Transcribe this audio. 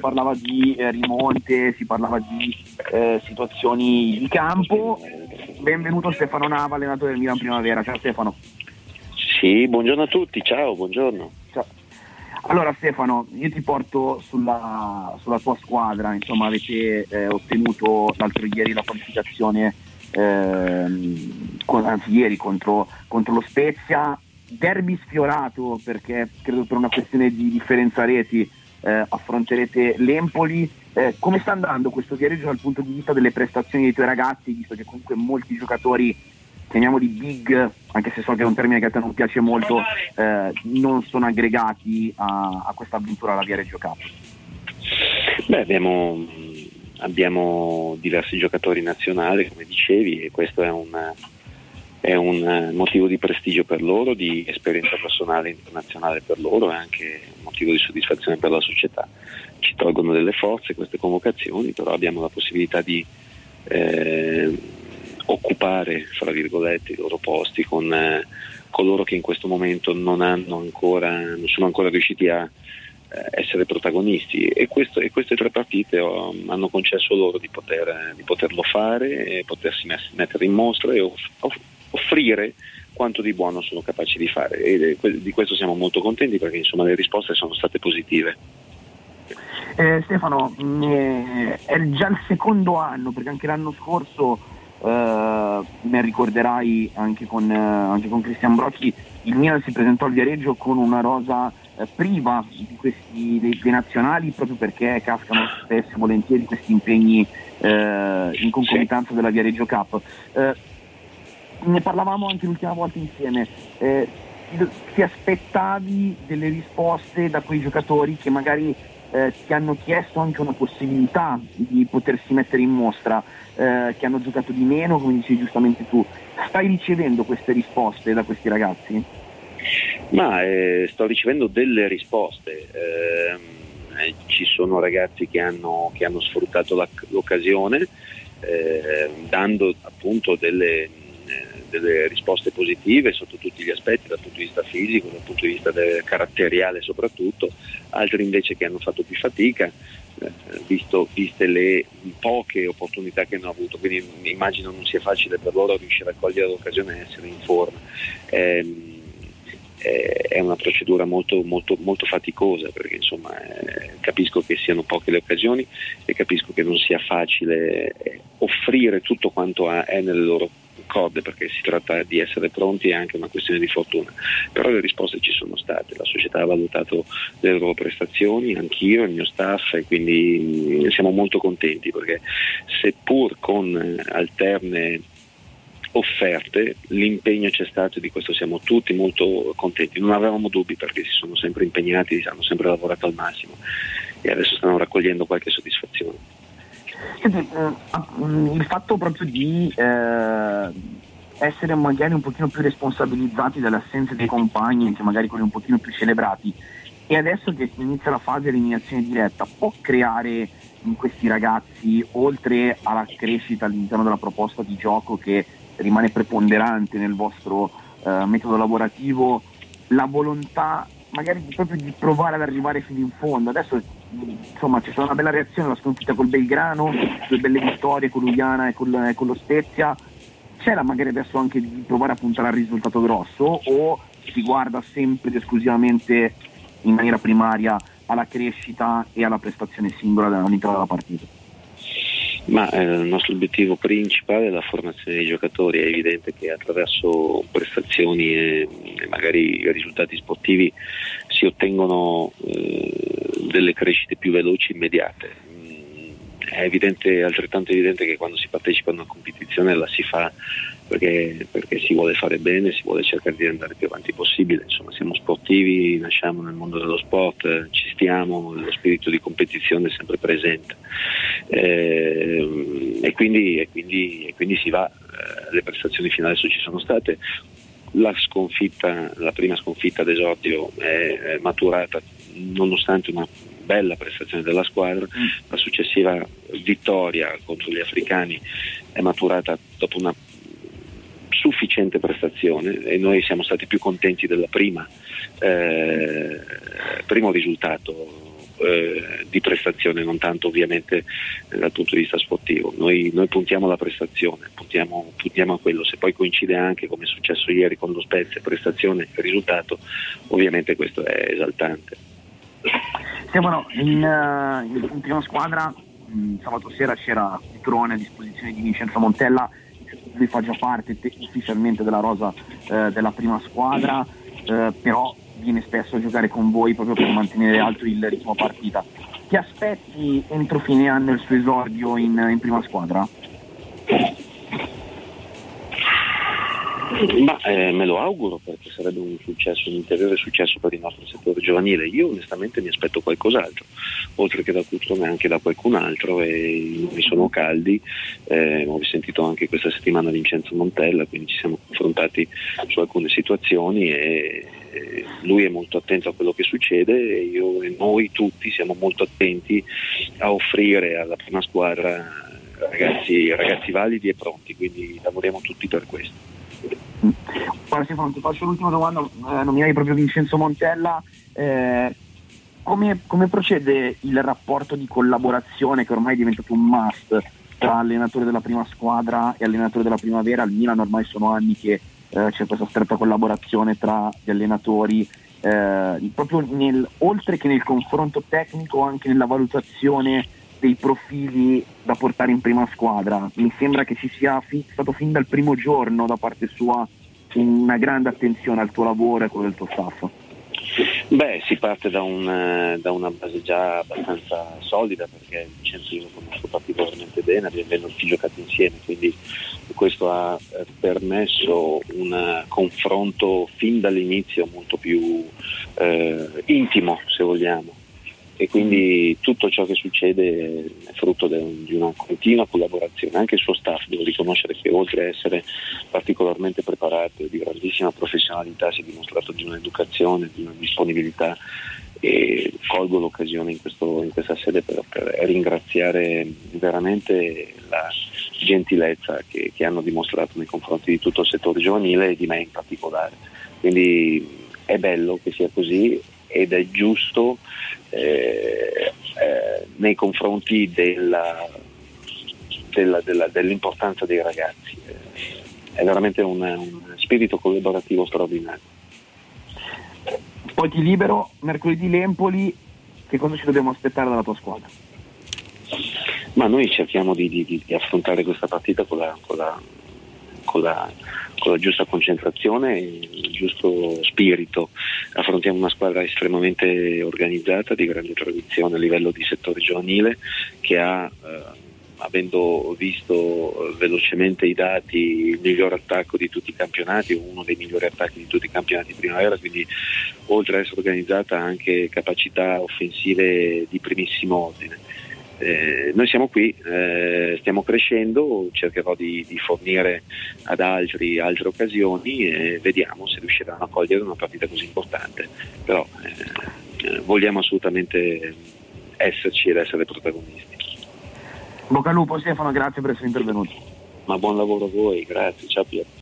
parlava di rimonte, si parlava di situazioni di campo. Benvenuto Stefano Nava, allenatore del Milan Primavera. Ciao Stefano. Sì, buongiorno a tutti, ciao, buongiorno. Ciao. Allora Stefano, io ti porto sulla tua squadra, insomma avete ottenuto l'altro ieri la qualificazione, anzi ieri contro lo Spezia, derby sfiorato perché credo per una questione di differenza reti affronterete l'Empoli. Come sta andando questo viaggio dal punto di vista delle prestazioni dei tuoi ragazzi, visto che comunque molti giocatori, chiamiamoli big, anche se so che è un termine che a te non piace molto, non sono aggregati a questa avventura alla Viareggio Cup? Beh, abbiamo diversi giocatori nazionali, come dicevi, e questo è un motivo di prestigio per loro, di esperienza personale internazionale per loro, e anche un motivo di soddisfazione per la società. Ci tolgono delle forze queste convocazioni, però abbiamo la possibilità di occupare, fra virgolette, i loro posti con coloro che in questo momento non sono ancora riusciti a essere protagonisti, e queste 3 partite hanno concesso loro di poterlo fare e potersi mettere in mostra e offrire quanto di buono sono capaci di fare, e di questo siamo molto contenti, perché insomma le risposte sono state positive. Stefano, è già il secondo anno, perché anche l'anno scorso, ne ricorderai anche con Cristian Brocchi, il Milan si presentò al Viareggio con una rosa priva di dei nazionali, proprio perché cascano spesso e volentieri questi impegni in concomitanza della Viareggio Cup. Ne parlavamo anche l'ultima volta insieme. Ti aspettavi delle risposte da quei giocatori che magari ti hanno chiesto anche una possibilità di potersi mettere in mostra, che hanno giocato di meno, come dicevi giustamente tu? Stai ricevendo queste risposte da questi ragazzi? Ma sto ricevendo delle risposte. Ci sono ragazzi che hanno sfruttato l'occasione, dando appunto delle risposte positive sotto tutti gli aspetti, dal punto di vista fisico, dal punto di vista caratteriale soprattutto. Altri invece che hanno fatto più fatica, viste le poche opportunità che hanno avuto, quindi immagino non sia facile per loro riuscire a cogliere l'occasione e essere in forma. È una procedura molto, molto, molto faticosa, perché insomma capisco che siano poche le occasioni e capisco che non sia facile offrire tutto quanto è nelle loro corde, perché si tratta di essere pronti, è anche una questione di fortuna. Però le risposte ci sono state, la società ha valutato le loro prestazioni, anch'io, il mio staff, e quindi siamo molto contenti, perché seppur con alterne offerte l'impegno c'è stato, e di questo siamo tutti molto contenti. Non avevamo dubbi, perché si sono sempre impegnati, hanno sempre lavorato al massimo, e adesso stanno raccogliendo qualche soddisfazione. Senti, il fatto proprio di essere magari un pochino più responsabilizzati dall'assenza dei compagni, anche magari quelli un pochino più celebrati, e adesso che inizia la fase di eliminazione diretta, può creare in questi ragazzi, oltre alla crescita all'interno della proposta di gioco che rimane preponderante nel vostro metodo lavorativo, la volontà magari proprio di provare ad arrivare fino in fondo? Adesso insomma c'è stata una bella reazione alla sconfitta col Belgrano, 2 belle vittorie con l'Uliana e con lo Spezia. C'è la magari adesso anche di provare a puntare al risultato grosso, o si guarda sempre ed esclusivamente in maniera primaria alla crescita e alla prestazione singola all'interno della partita? Ma il nostro obiettivo principale è la formazione dei giocatori. È evidente che attraverso prestazioni e magari risultati sportivi si ottengono delle crescite più veloci, immediate. È altrettanto evidente che quando si partecipa a una competizione la si fa perché si vuole fare bene, si vuole cercare di andare più avanti possibile. Insomma, siamo sportivi, nasciamo nel mondo dello sport, ci stiamo, lo spirito di competizione è sempre presente, e quindi si va. Le prestazioni fino adesso ci sono state. La prima sconfitta d'esordio è maturata nonostante una bella prestazione della squadra. La successiva vittoria contro gli africani è maturata dopo una sufficiente prestazione, e noi siamo stati più contenti del primo risultato di prestazione, non tanto ovviamente dal punto di vista sportivo. Noi puntiamo alla prestazione, puntiamo a quello. Se poi coincide anche, come è successo ieri con lo Spezia, prestazione e risultato, ovviamente questo è esaltante. Stefano, in prima squadra sabato sera c'era Citrone a disposizione di Vincenzo Montella, lui fa già parte ufficialmente della rosa della prima squadra, però viene spesso a giocare con voi proprio per mantenere alto il ritmo partita. Ti aspetti entro fine anno il suo esordio in prima squadra? Ma me lo auguro, perché sarebbe un ulteriore successo per il nostro settore giovanile. Io onestamente mi aspetto qualcos'altro, oltre che da Cutrone anche da qualcun altro, e mi sono caldi. Ho sentito anche questa settimana Vincenzo Montella, quindi ci siamo confrontati su alcune situazioni e lui è molto attento a quello che succede, e io e noi tutti siamo molto attenti a offrire alla prima squadra ragazzi validi e pronti, quindi lavoriamo tutti per questo. Guarda Stefano, ti faccio l'ultima domanda, nominai proprio Vincenzo Montella, come procede il rapporto di collaborazione che ormai è diventato un must tra allenatore della prima squadra e allenatore della primavera? Al Milan ormai sono anni che c'è questa stretta collaborazione tra gli allenatori, proprio oltre che nel confronto tecnico, anche nella valutazione dei profili da portare in prima squadra. Mi sembra che ci sia stato fin dal primo giorno da parte sua una grande attenzione al tuo lavoro e a quello del tuo staff. Beh, si parte da una base già abbastanza solida, perché Vincenzo io lo conosco particolarmente bene, abbiamo giocato insieme, quindi questo ha permesso un confronto fin dall'inizio molto più intimo, se vogliamo, e quindi tutto ciò che succede è frutto di una continua collaborazione. Anche il suo staff, devo riconoscere che oltre a essere particolarmente preparato e di grandissima professionalità, si è dimostrato di un'educazione, di una disponibilità, e colgo l'occasione in questa sede per ringraziare veramente la gentilezza che hanno dimostrato nei confronti di tutto il settore giovanile e di me in particolare. Quindi è bello che sia così, ed è giusto nei confronti dell'importanza dei ragazzi. È veramente un spirito collaborativo straordinario. Poi ti libero, mercoledì l'Empoli, che cosa ci dobbiamo aspettare dalla tua squadra? Ma noi cerchiamo di affrontare questa partita con la giusta concentrazione e il giusto spirito. Affrontiamo una squadra estremamente organizzata, di grande tradizione a livello di settore giovanile, che ha, avendo visto velocemente i dati, il miglior attacco di tutti i campionati, uno dei migliori attacchi di tutti i campionati di primavera, quindi oltre ad essere organizzata ha anche capacità offensive di primissimo ordine. Noi siamo qui, stiamo crescendo, cercherò di fornire ad altri altre occasioni e vediamo se riusciranno a cogliere una partita così importante, però vogliamo assolutamente esserci ed essere protagonisti. Bocca al lupo Stefano, grazie per essere intervenuto. Ma buon lavoro a voi, grazie, ciao Piero.